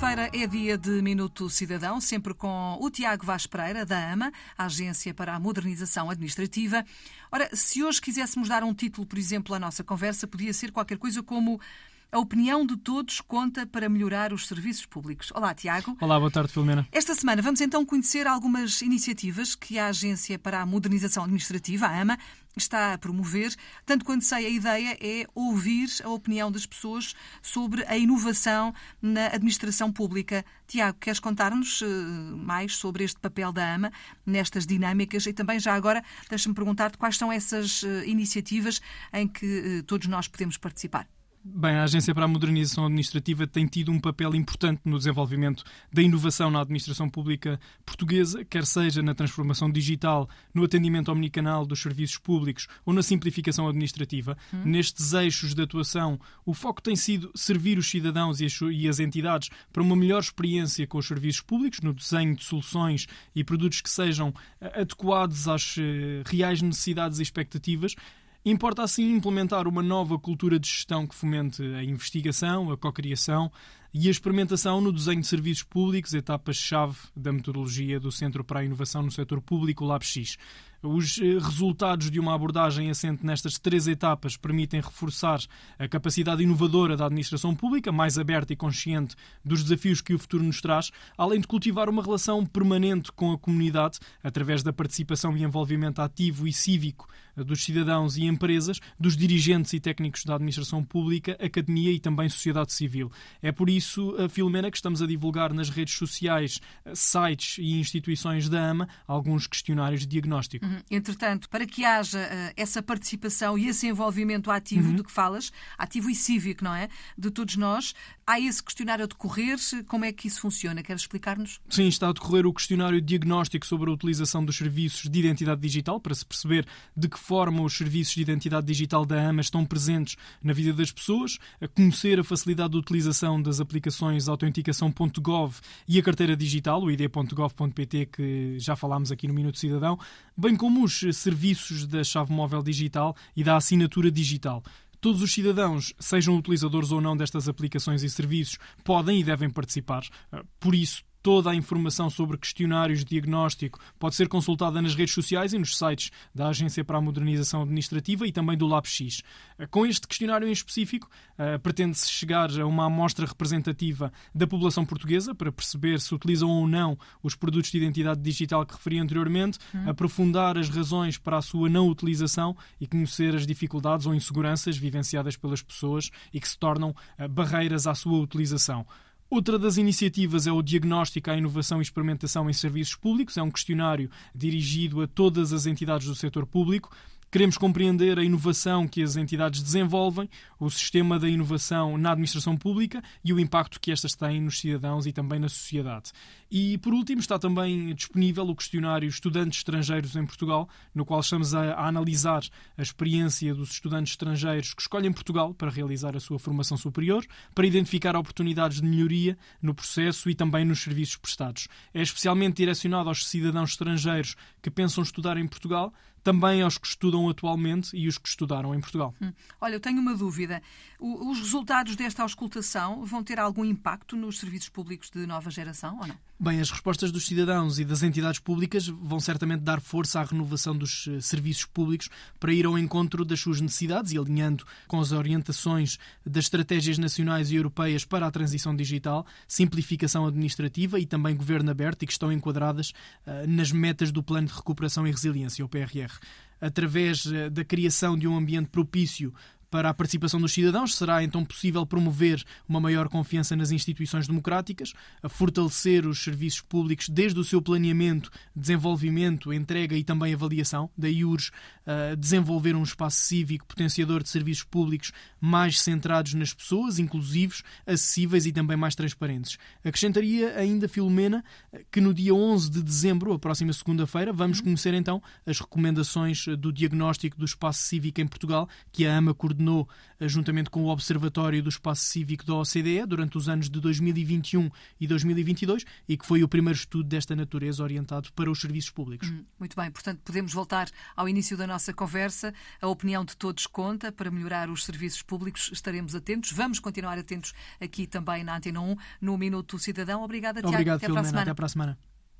Segunda-feira é dia de Minuto Cidadão, sempre com o Tiago Vaz Pereira, da AMA, a Agência para a Modernização Administrativa. Ora, se hoje quiséssemos dar um título, por exemplo, à nossa conversa, podia ser qualquer coisa como "A opinião de todos conta para melhorar os serviços públicos". Olá, Tiago. Olá, boa tarde, Filomena. Esta semana vamos então conhecer algumas iniciativas que a Agência para a Modernização Administrativa, a AMA, está a promover. Tanto quanto sei, a ideia é ouvir a opinião das pessoas sobre a inovação na administração pública. Tiago, queres contar-nos mais sobre este papel da AMA nestas dinâmicas? E também, já agora, deixa-me perguntar-te quais são essas iniciativas em que todos nós podemos participar. Bem, a Agência para a Modernização Administrativa tem tido um papel importante no desenvolvimento da inovação na administração pública portuguesa, quer seja na transformação digital, no atendimento omnicanal dos serviços públicos ou na simplificação administrativa. Nestes eixos de atuação, o foco tem sido servir os cidadãos e as entidades para uma melhor experiência com os serviços públicos, no desenho de soluções e produtos que sejam adequados às reais necessidades e expectativas. Importa, assim, implementar uma nova cultura de gestão que fomente a investigação, a cocriação e a experimentação no desenho de serviços públicos, etapas-chave da metodologia do Centro para a Inovação no Setor Público, o LabX. Os resultados de uma abordagem assente nestas 3 etapas permitem reforçar a capacidade inovadora da administração pública, mais aberta e consciente dos desafios que o futuro nos traz, além de cultivar uma relação permanente com a comunidade, através da participação e envolvimento ativo e cívico dos cidadãos e empresas, dos dirigentes e técnicos da administração pública, academia e também sociedade civil. É por isso, Filomena, que estamos a divulgar nas redes sociais, sites e instituições da AMA alguns questionários de diagnóstico. Entretanto, para que haja essa participação e esse envolvimento ativo de que falas, ativo e cívico, não é? De todos nós, há esse questionário a decorrer. Como é que isso funciona? Queres explicar-nos? Sim, está a decorrer o questionário de diagnóstico sobre a utilização dos serviços de identidade digital, para se perceber de que forma os serviços de identidade digital da AMA estão presentes na vida das pessoas, a conhecer a facilidade de utilização das aplicações autenticação.gov e a carteira digital, o id.gov.pt, que já falámos aqui no Minuto Cidadão, bem como os serviços da chave móvel digital e da assinatura digital. Todos os cidadãos, sejam utilizadores ou não destas aplicações e serviços, podem e devem participar. Por isso, toda a informação sobre questionários de diagnóstico pode ser consultada nas redes sociais e nos sites da Agência para a Modernização Administrativa e também do LabX. Com este questionário em específico, pretende-se chegar a uma amostra representativa da população portuguesa para perceber se utilizam ou não os produtos de identidade digital que referi anteriormente, aprofundar as razões para a sua não utilização e conhecer as dificuldades ou inseguranças vivenciadas pelas pessoas e que se tornam barreiras à sua utilização. Outra das iniciativas é o Diagnóstico à Inovação e Experimentação em Serviços Públicos. É um questionário dirigido a todas as entidades do setor público. Queremos compreender a inovação que as entidades desenvolvem, o sistema da inovação na administração pública e o impacto que estas têm nos cidadãos e também na sociedade. E, por último, está também disponível o questionário Estudantes Estrangeiros em Portugal, no qual estamos a analisar a experiência dos estudantes estrangeiros que escolhem Portugal para realizar a sua formação superior, para identificar oportunidades de melhoria no processo e também nos serviços prestados. É especialmente direcionado aos cidadãos estrangeiros que pensam estudar em Portugal, também aos que estudam atualmente e os que estudaram em Portugal. Olha, eu tenho uma dúvida. Os resultados desta auscultação vão ter algum impacto nos serviços públicos de nova geração ou não? Bem, as respostas dos cidadãos e das entidades públicas vão certamente dar força à renovação dos serviços públicos para ir ao encontro das suas necessidades e alinhando com as orientações das estratégias nacionais e europeias para a transição digital, simplificação administrativa e também governo aberto, e que estão enquadradas nas metas do Plano de Recuperação e Resiliência, o PRR. Através da criação de um ambiente propício para a participação dos cidadãos, será então possível promover uma maior confiança nas instituições democráticas, a fortalecer os serviços públicos desde o seu planeamento, desenvolvimento, entrega e também avaliação. Daí urge desenvolver um espaço cívico potenciador de serviços públicos mais centrados nas pessoas, inclusivos, acessíveis e também mais transparentes. Acrescentaria ainda, Filomena, que no dia 11 de dezembro, a próxima segunda-feira, vamos conhecer então as recomendações do diagnóstico do espaço cívico em Portugal, que a AMA coordena coordenou juntamente com o Observatório do Espaço Cívico da OCDE durante os anos de 2021 e 2022 e que foi o primeiro estudo desta natureza orientado para os serviços públicos. Muito bem, portanto podemos voltar ao início da nossa conversa. A opinião de todos conta para melhorar os serviços públicos. Estaremos atentos, vamos continuar atentos aqui também na Antena 1, no Minuto Cidadão. Obrigada, Tiago. Obrigado, Até para a semana. Até para a semana.